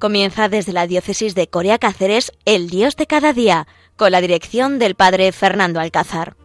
Comienza desde la diócesis de Coria Cáceres El Dios de cada día, con la dirección del padre Fernando Alcázar.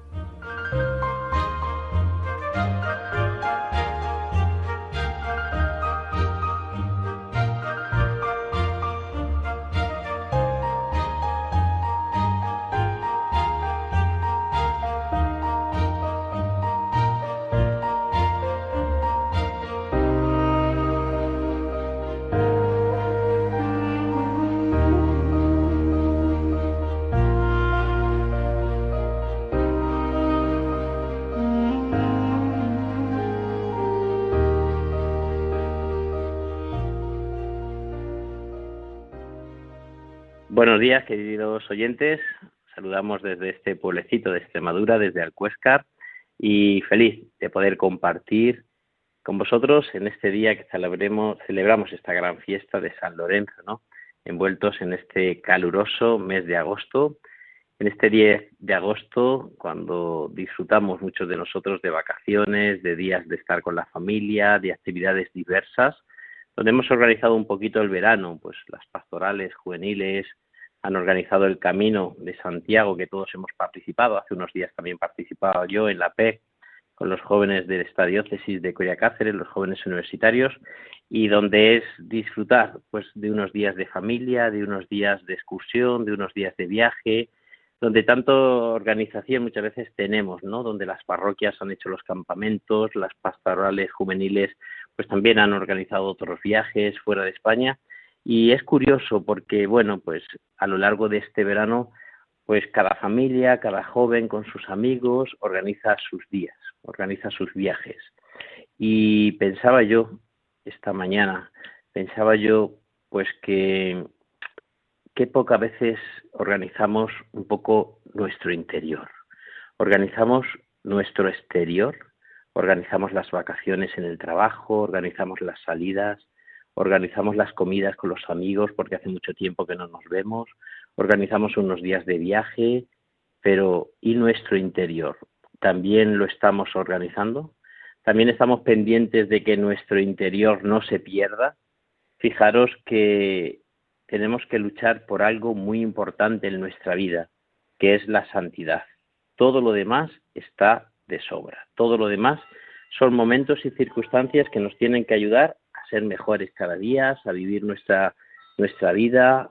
Buenos días, queridos oyentes. Saludamos desde este pueblecito de Extremadura, desde Alcuéscar, y feliz de poder compartir con vosotros en este día que celebramos esta gran fiesta de San Lorenzo, ¿no? Envueltos en este caluroso mes de agosto, en este 10 de agosto, cuando disfrutamos muchos de nosotros de vacaciones, de días de estar con la familia, de actividades diversas, donde hemos organizado un poquito el verano, pues las pastorales juveniles han organizado el Camino de Santiago, que todos hemos participado. Hace unos días también participaba yo en la PEC con los jóvenes de esta diócesis de Coria Cáceres, los jóvenes universitarios, y donde es disfrutar pues de unos días de familia, de unos días de excursión, de unos días de viaje, donde tanto organización muchas veces tenemos, ¿no? Donde las parroquias han hecho los campamentos, las pastorales juveniles pues también han organizado otros viajes fuera de España. Y es curioso porque, bueno, pues a lo largo de este verano, pues cada familia, cada joven con sus amigos organiza sus días, organiza sus viajes. Y pensaba yo, esta mañana, pues que pocas veces organizamos un poco nuestro interior. Organizamos nuestro exterior, organizamos las vacaciones en el trabajo, organizamos las salidas, organizamos las comidas con los amigos porque hace mucho tiempo que no nos vemos, organizamos unos días de viaje, pero ¿y nuestro interior? ¿También lo estamos organizando? ¿También estamos pendientes de que nuestro interior no se pierda? Fijaros que tenemos que luchar por algo muy importante en nuestra vida, que es la santidad. Todo lo demás está de sobra. Todo lo demás son momentos y circunstancias que nos tienen que ayudar a ser mejores cada día, a vivir nuestra vida,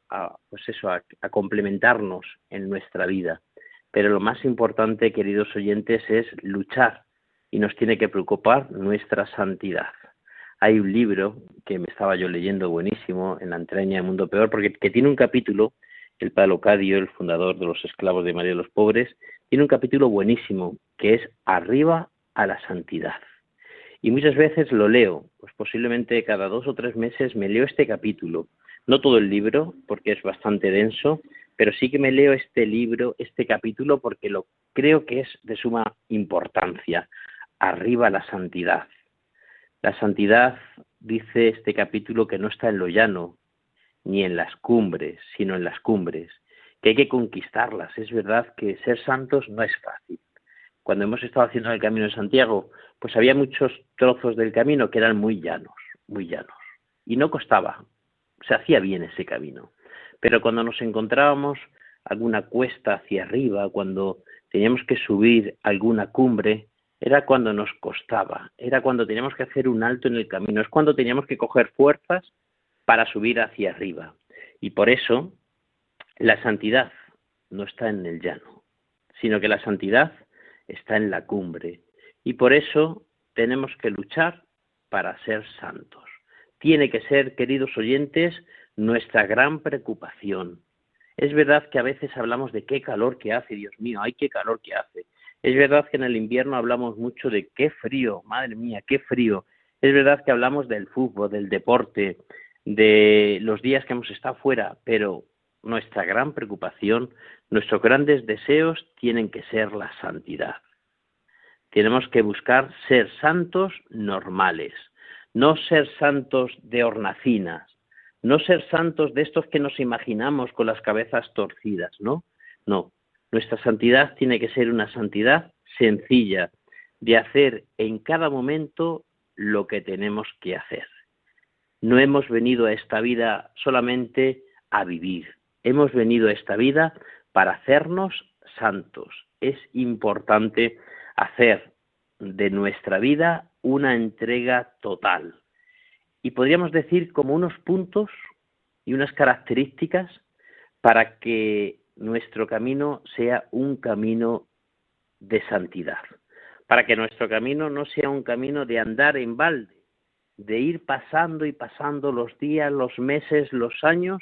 a complementarnos en nuestra vida. Pero lo más importante, queridos oyentes, es luchar y nos tiene que preocupar nuestra santidad. Hay un libro que me estaba yo leyendo buenísimo, En la entraña del mundo peor, porque que tiene un capítulo, el padre Locadio, el fundador de los esclavos de María de los Pobres, tiene un capítulo buenísimo que es Arriba a la santidad. Y muchas veces lo leo, pues posiblemente cada 2 o 3 meses me leo este capítulo. No todo el libro, porque es bastante denso, pero sí que me leo este capítulo, porque lo creo que es de suma importancia. Arriba la santidad. La santidad, dice este capítulo, que no está en lo llano, ni en las cumbres, sino en las cumbres, que hay que conquistarlas. Es verdad que ser santos no es fácil. Cuando hemos estado haciendo el Camino de Santiago, pues había muchos trozos del camino que eran muy llanos, y no costaba, se hacía bien ese camino. Pero cuando nos encontrábamos alguna cuesta hacia arriba, cuando teníamos que subir alguna cumbre, era cuando nos costaba, era cuando teníamos que hacer un alto en el camino, es cuando teníamos que coger fuerzas para subir hacia arriba. Y por eso la santidad no está en el llano, sino que la santidad está en la cumbre. Y por eso tenemos que luchar para ser santos. Tiene que ser, queridos oyentes, nuestra gran preocupación. Es verdad que a veces hablamos de qué calor que hace, Dios mío, ay, qué calor que hace. Es verdad que en el invierno hablamos mucho de qué frío, madre mía, qué frío. Es verdad que hablamos del fútbol, del deporte, de los días que hemos estado fuera, pero nuestra gran preocupación, nuestros grandes deseos tienen que ser la santidad. Tenemos que buscar ser santos normales, no ser santos de hornacinas, no ser santos de estos que nos imaginamos con las cabezas torcidas, ¿no? No, nuestra santidad tiene que ser una santidad sencilla, de hacer en cada momento lo que tenemos que hacer. No hemos venido a esta vida solamente a vivir. Hemos venido a esta vida para hacernos santos. Es importante hacer de nuestra vida una entrega total. Y podríamos decir como unos puntos y unas características para que nuestro camino sea un camino de santidad, para que nuestro camino no sea un camino de andar en balde, de ir pasando y pasando los días, los meses, los años,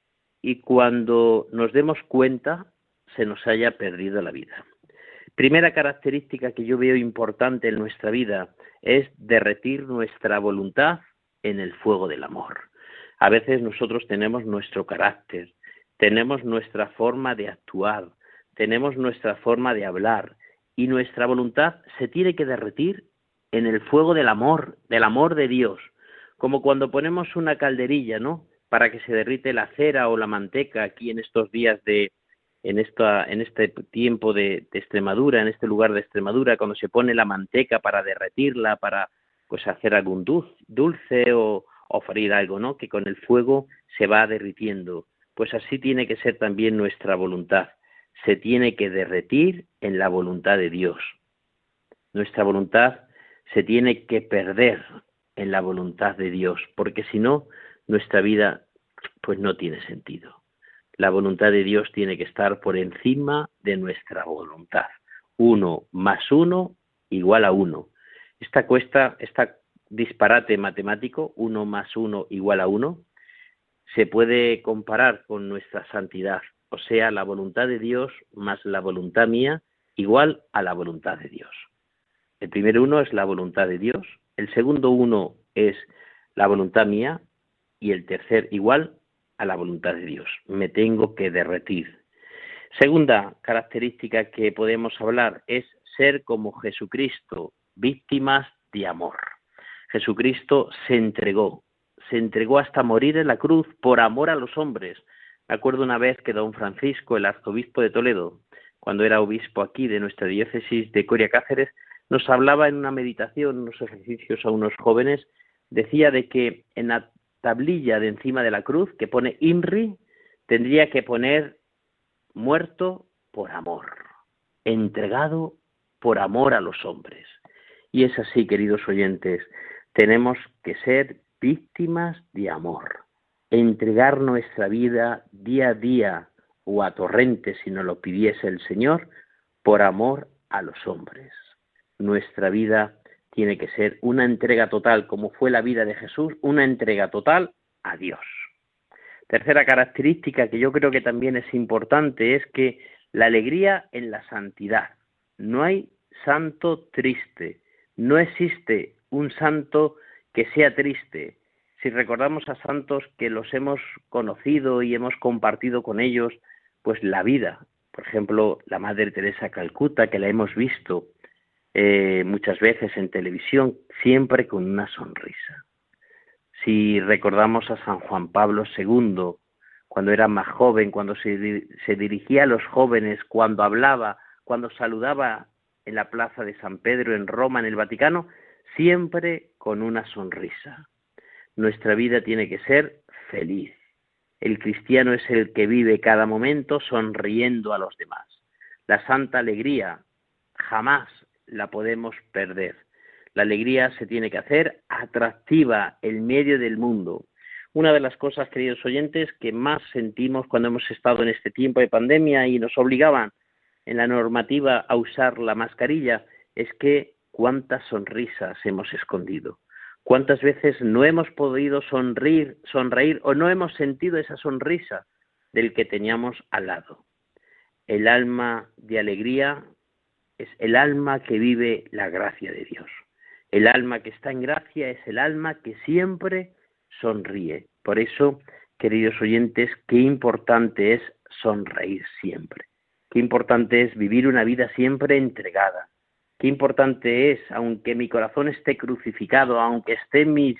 y cuando nos demos cuenta se nos haya perdido la vida. Primera característica que yo veo importante en nuestra vida es derretir nuestra voluntad en el fuego del amor. A veces nosotros tenemos nuestro carácter, tenemos nuestra forma de actuar, tenemos nuestra forma de hablar, y nuestra voluntad se tiene que derretir en el fuego del amor de Dios, como cuando ponemos una calderilla, ¿no?, para que se derrite la cera o la manteca aquí en estos días en este tiempo de Extremadura, en este lugar de Extremadura, cuando se pone la manteca para derretirla, para pues hacer algún dulce o freír algo, ¿no?, que con el fuego se va derritiendo. Pues así tiene que ser también nuestra voluntad. Se tiene que derretir en la voluntad de Dios. Nuestra voluntad se tiene que perder en la voluntad de Dios, porque si no, nuestra vida pues no tiene sentido. La voluntad de Dios tiene que estar por encima de nuestra voluntad. 1 más 1 igual a 1. Esta disparate matemático, 1 más 1 igual a 1, se puede comparar con nuestra santidad, o sea, la voluntad de Dios más la voluntad mía igual a la voluntad de Dios. El primer 1 es la voluntad de Dios, el segundo 1 es la voluntad mía y el tercer igual a la voluntad de Dios. Me tengo que derretir. Segunda característica que podemos hablar es ser como Jesucristo, víctimas de amor. Jesucristo se entregó hasta morir en la cruz por amor a los hombres. Me acuerdo una vez que don Francisco, el arzobispo de Toledo, cuando era obispo aquí de nuestra diócesis de Coria Cáceres, nos hablaba en una meditación, unos ejercicios a unos jóvenes, decía de que en la tablilla de encima de la cruz que pone INRI, tendría que poner muerto por amor, entregado por amor a los hombres. Y es así, queridos oyentes, tenemos que ser víctimas de amor, entregar nuestra vida día a día o a torrentes si nos lo pidiese el Señor, por amor a los hombres. Nuestra vida tiene que ser una entrega total, como fue la vida de Jesús, una entrega total a Dios. Tercera característica que yo creo que también es importante es que la alegría en la santidad. No hay santo triste, no existe un santo que sea triste. Si recordamos a santos que los hemos conocido y hemos compartido con ellos, pues la vida, por ejemplo, la Madre Teresa de Calcuta, que la hemos visto muchas veces en televisión, siempre con una sonrisa. Si recordamos a San Juan Pablo II, cuando era más joven, cuando se dirigía a los jóvenes, cuando hablaba, cuando saludaba en la plaza de San Pedro en Roma, en el Vaticano, siempre con una sonrisa. Nuestra vida tiene que ser feliz. El cristiano es el que vive cada momento sonriendo a los demás. La santa alegría jamás la podemos perder. La alegría se tiene que hacer atractiva en medio del mundo. Una de las cosas, queridos oyentes, que más sentimos cuando hemos estado en este tiempo de pandemia y nos obligaban en la normativa a usar la mascarilla, es que cuántas sonrisas hemos escondido. ¿Cuántas veces no hemos podido sonreír o no hemos sentido esa sonrisa del que teníamos al lado? El alma de alegría es el alma que vive la gracia de Dios. El alma que está en gracia es el alma que siempre sonríe. Por eso, queridos oyentes, qué importante es sonreír siempre. Qué importante es vivir una vida siempre entregada. Qué importante es, aunque mi corazón esté crucificado, aunque esté mi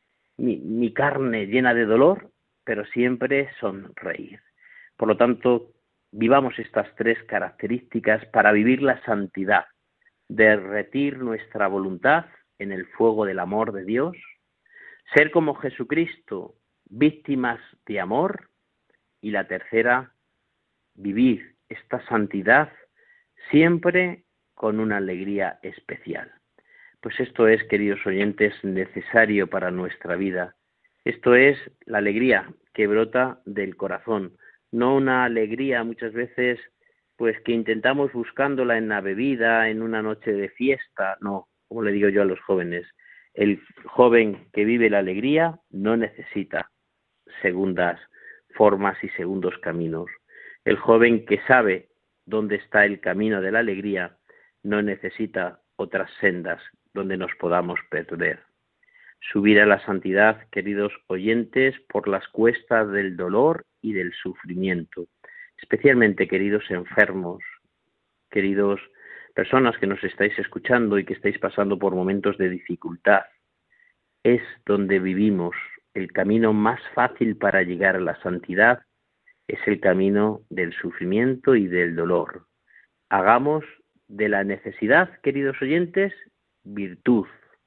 carne llena de dolor, pero siempre sonreír. Por lo tanto, vivamos estas tres características para vivir la santidad, derretir nuestra voluntad en el fuego del amor de Dios. ser como Jesucristo, víctimas de amor. Y la tercera, vivir esta santidad siempre con una alegría especial. Pues esto es, queridos oyentes, necesario para nuestra vida. Esto es la alegría que brota del corazón, no una alegría muchas veces pues que intentamos buscándola en la bebida, en una noche de fiesta. No, como le digo yo a los jóvenes, el joven que vive la alegría no necesita segundas formas y segundos caminos. El joven que sabe dónde está el camino de la alegría no necesita otras sendas donde nos podamos perder. Subir a la santidad, queridos oyentes, por las cuestas del dolor y del sufrimiento, especialmente queridos enfermos, queridos personas que nos estáis escuchando y que estáis pasando por momentos de dificultad. Es donde vivimos. El camino más fácil para llegar a la santidad es el camino del sufrimiento y del dolor. Hagamos de la necesidad, queridos oyentes, virtud,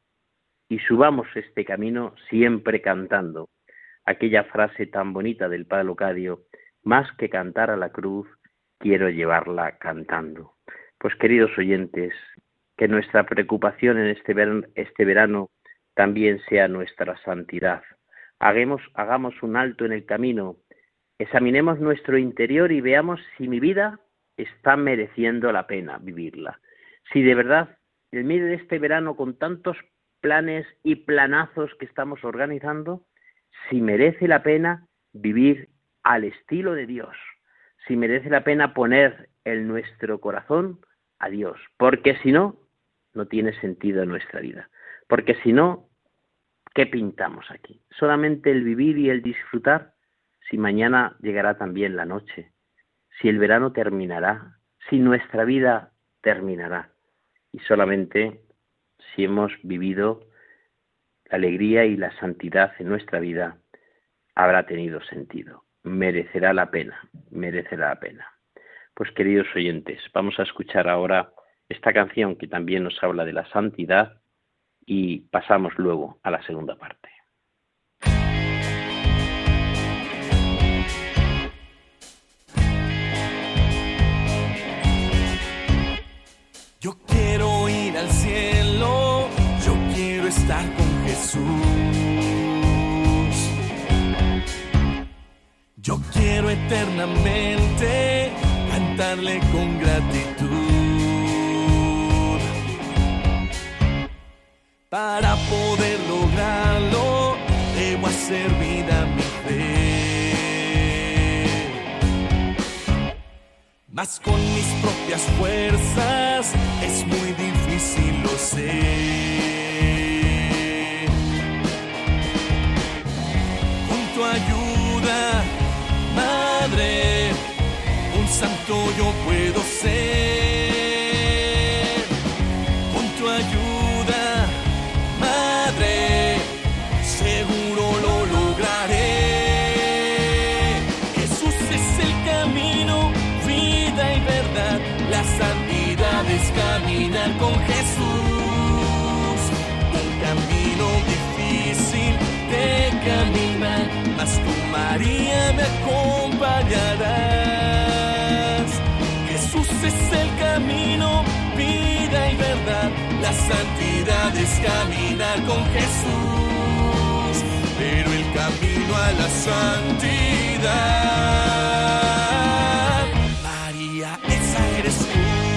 y subamos este camino siempre cantando. Aquella frase tan bonita del Padre Locadio, más que cantar a la cruz, quiero llevarla cantando. Pues queridos oyentes, que nuestra preocupación en este verano también sea nuestra santidad. Hagamos un alto en el camino, examinemos nuestro interior y veamos si mi vida está mereciendo la pena vivirla. Si de verdad, en medio de este verano con tantos planes y planazos que estamos organizando, si merece la pena vivir al estilo de Dios, si merece la pena poner en nuestro corazón a Dios, porque si no, no tiene sentido nuestra vida, porque si no, ¿qué pintamos aquí? Solamente el vivir y el disfrutar, si mañana llegará también la noche, si el verano terminará, si nuestra vida terminará, y solamente si hemos vivido la alegría y la santidad en nuestra vida, habrá tenido sentido, merecerá la pena. Pues queridos oyentes, vamos a escuchar ahora esta canción que también nos habla de la santidad y pasamos luego a la segunda parte. Yo quiero ir al cielo, yo quiero estar con Jesús. Yo quiero eternamente cantarle con gratitud. Para poder lograrlo, debo hacer vida mi fe. Mas con mis propias fuerzas es muy difícil, lo sé. Con tu ayuda, Madre, un santo yo puedo ser. Con tu ayuda, Madre, seguro lo lograré. Jesús es el camino, vida y verdad. La santidad es caminar con Jesús. Un camino difícil de caminar, mas tú, María, me acompañarás. Jesús es el camino, vida y verdad. La santidad es caminar con Jesús, pero el camino a la santidad, María, esa eres tú.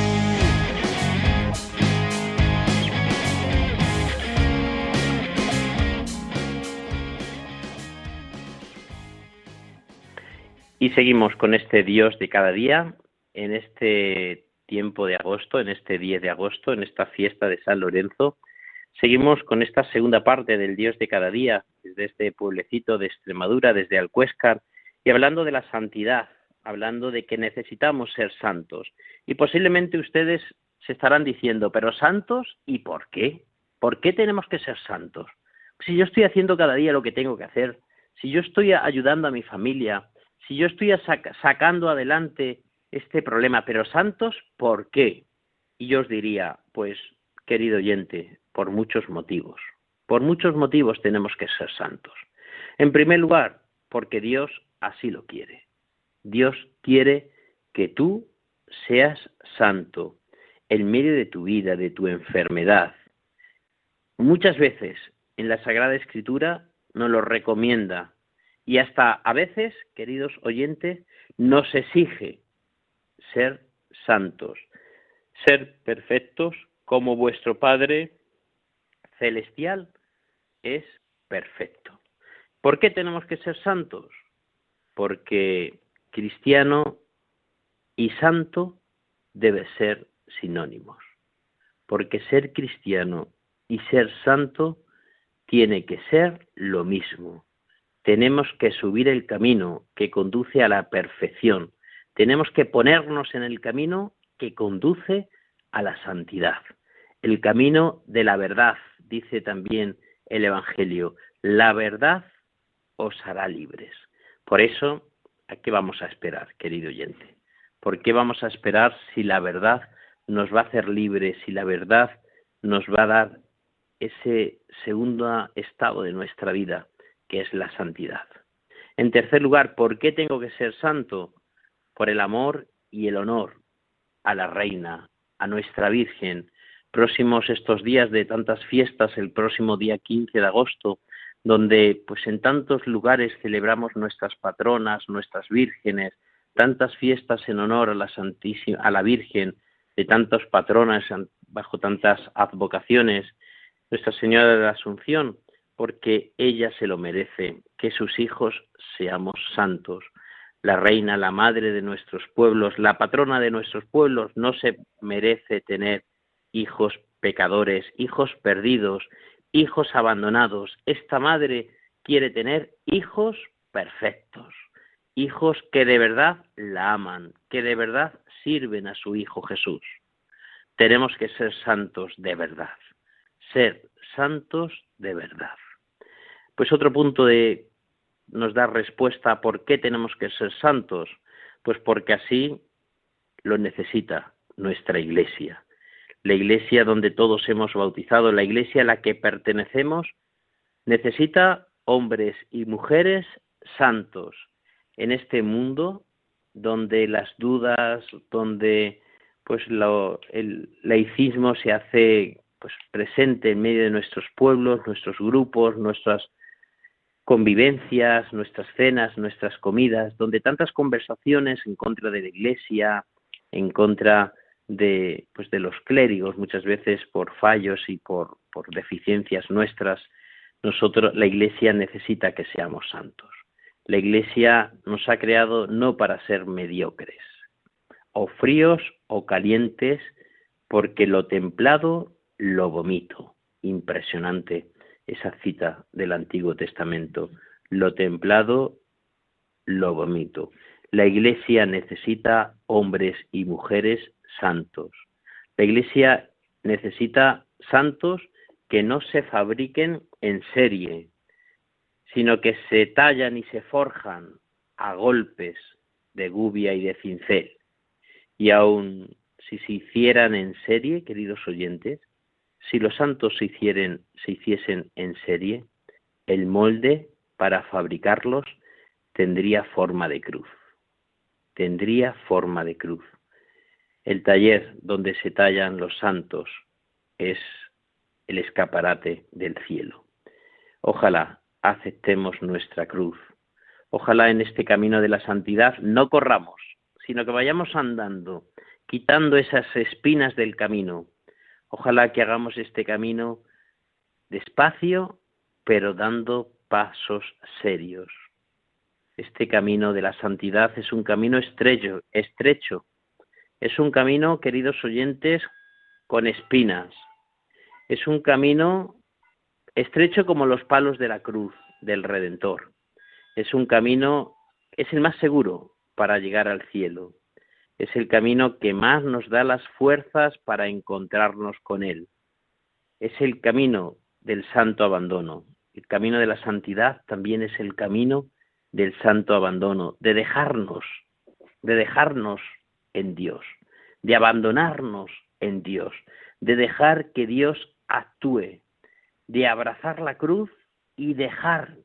Y seguimos con este Dios de cada día, en este tiempo de agosto, en este 10 de agosto, en esta fiesta de San Lorenzo. Seguimos con esta segunda parte del Dios de cada día, desde este pueblecito de Extremadura, desde Alcuéscar, y hablando de la santidad, hablando de que necesitamos ser santos. Y posiblemente ustedes se estarán diciendo, ¿pero santos? ¿Y por qué? ¿Por qué tenemos que ser santos? Si yo estoy haciendo cada día lo que tengo que hacer, si yo estoy ayudando a mi familia, si yo estoy sacando adelante este problema, pero santos, ¿por qué? Y yo os diría, pues, querido oyente, por muchos motivos. Por muchos motivos tenemos que ser santos. En primer lugar, porque Dios así lo quiere. Dios quiere que tú seas santo en medio de tu vida, de tu enfermedad. Muchas veces en la Sagrada Escritura nos lo recomienda y hasta a veces, queridos oyentes, nos exige ser santos, ser perfectos como vuestro Padre Celestial es perfecto. ¿Por qué tenemos que ser santos? Porque cristiano y santo debe ser sinónimos. Porque ser cristiano y ser santo tiene que ser lo mismo. Tenemos que subir el camino que conduce a la perfección. Tenemos que ponernos en el camino que conduce a la santidad. El camino de la verdad, dice también el Evangelio. La verdad os hará libres. Por eso, ¿a qué vamos a esperar, querido oyente? ¿Por qué vamos a esperar si la verdad nos va a hacer libres, si la verdad nos va a dar ese segundo estado de nuestra vida, que es la santidad? En tercer lugar, ¿por qué tengo que ser santo? Por el amor y el honor a la Reina, a nuestra Virgen. Próximos estos días de tantas fiestas, el próximo día 15 de agosto, donde pues en tantos lugares celebramos nuestras patronas, nuestras vírgenes, tantas fiestas en honor a la Santísima, a la Virgen, de tantas patronas bajo tantas advocaciones, Nuestra Señora de la Asunción, porque ella se lo merece, que sus hijos seamos santos. La Reina, la Madre de nuestros pueblos, la patrona de nuestros pueblos, no se merece tener hijos pecadores, hijos perdidos, hijos abandonados. Esta Madre quiere tener hijos perfectos, hijos que de verdad la aman, que de verdad sirven a su Hijo Jesús. Tenemos que ser santos de verdad, ser santos de verdad. Pues otro punto nos da respuesta a por qué tenemos que ser santos, pues porque así lo necesita nuestra Iglesia. La Iglesia donde todos hemos bautizado, la Iglesia a la que pertenecemos, necesita hombres y mujeres santos en este mundo donde las dudas, donde pues el laicismo se hace pues presente en medio de nuestros pueblos, nuestros grupos, nuestras convivencias, nuestras cenas, nuestras comidas, donde tantas conversaciones en contra de la Iglesia, en contra de los clérigos, muchas veces por fallos y por deficiencias nuestras, la Iglesia necesita que seamos santos. La Iglesia nos ha creado no para ser mediocres, o fríos o calientes, porque lo templado lo vomito. Impresionante esa cita del Antiguo Testamento. Lo templado lo vomito. La Iglesia necesita hombres y mujeres santos. La Iglesia necesita santos que no se fabriquen en serie, sino que se tallan y se forjan a golpes de gubia y de cincel. Y aun si se hicieran en serie, queridos oyentes, si los santos se hiciesen en serie, el molde para fabricarlos tendría forma de cruz. Tendría forma de cruz. El taller donde se tallan los santos es el escaparate del cielo. Ojalá aceptemos nuestra cruz. Ojalá en este camino de la santidad no corramos, sino que vayamos andando, quitando esas espinas del camino. Ojalá que hagamos este camino despacio, pero dando pasos serios. Este camino de la santidad es un camino estrecho. Es un camino, queridos oyentes, con espinas. Es un camino estrecho como los palos de la cruz del Redentor. Es un camino, es el más seguro para llegar al cielo. Es el camino que más nos da las fuerzas para encontrarnos con Él. Es el camino del santo abandono. El camino de la santidad también es el camino del santo abandono, de dejarnos en Dios, de abandonarnos en Dios, de dejar que Dios actúe, de abrazar la cruz y dejar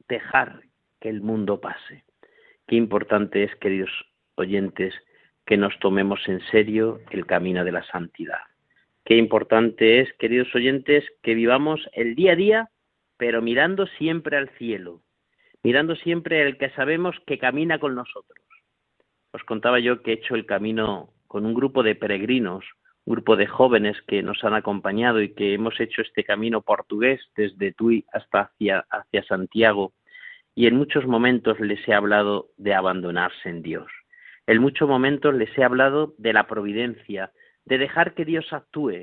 que el mundo pase. Qué importante es, queridos oyentes, que nos tomemos en serio el camino de la santidad. Qué importante es, queridos oyentes, que vivamos el día a día, pero mirando siempre al cielo, mirando siempre al que sabemos que camina con nosotros. Os contaba yo que he hecho el camino con un grupo de peregrinos, un grupo de jóvenes que nos han acompañado y que hemos hecho este camino portugués desde Tui hasta hacia Santiago, y en muchos momentos les he hablado de abandonarse en Dios. En muchos momentos les he hablado de la providencia, de dejar que Dios actúe.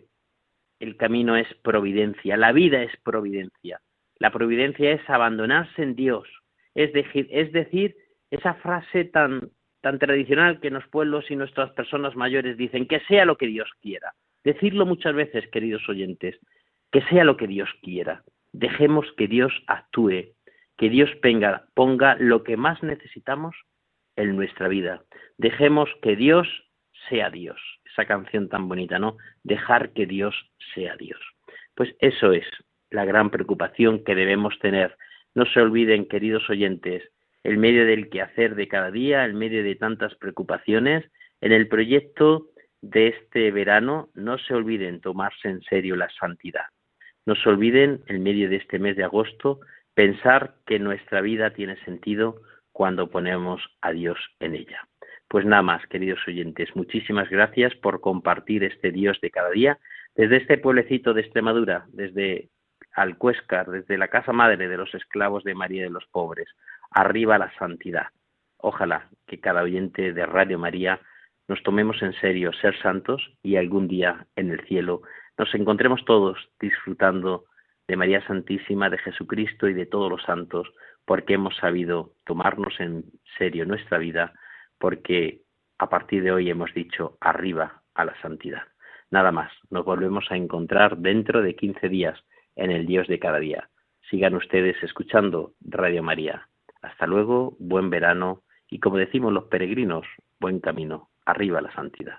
El camino es providencia, la vida es providencia. La providencia es abandonarse en Dios, es decir, esa frase tan tradicional que en los pueblos y nuestras personas mayores dicen, que sea lo que Dios quiera. Decirlo muchas veces, queridos oyentes, que sea lo que Dios quiera. Dejemos que Dios actúe, que Dios ponga lo que más necesitamos en nuestra vida. Dejemos que Dios sea Dios. Esa canción tan bonita, ¿no? Dejar que Dios sea Dios. Pues eso es la gran preocupación que debemos tener. No se olviden, queridos oyentes, en medio del quehacer de cada día, en medio de tantas preocupaciones, en el proyecto de este verano, no se olviden tomarse en serio la santidad. No se olviden, en medio de este mes de agosto, pensar que nuestra vida tiene sentido cuando ponemos a Dios en ella. Pues nada más, queridos oyentes, muchísimas gracias por compartir este Dios de cada día desde este pueblecito de Extremadura, desde Alcuéscar, desde la casa madre de los esclavos de María de los Pobres. Arriba la santidad. Ojalá que cada oyente de Radio María nos tomemos en serio ser santos y algún día en el cielo nos encontremos todos disfrutando de María Santísima, de Jesucristo y de todos los santos, porque hemos sabido tomarnos en serio nuestra vida, porque a partir de hoy hemos dicho arriba a la santidad. Nada más, nos volvemos a encontrar dentro de 15 días en el Dios de cada día. Sigan ustedes escuchando Radio María. Hasta luego, buen verano y, como decimos los peregrinos, buen camino, arriba la santidad.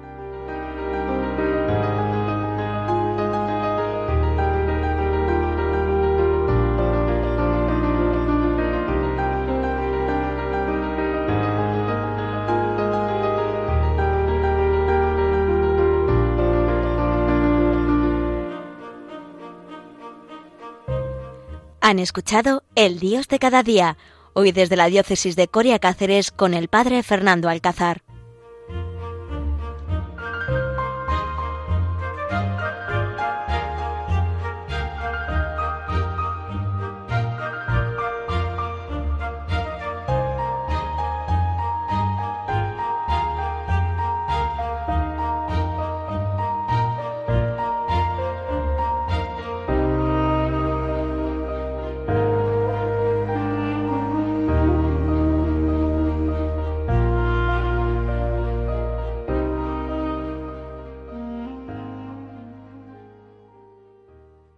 Han escuchado El Dios de cada día, hoy desde la diócesis de Coria Cáceres con el padre Fernando Alcázar.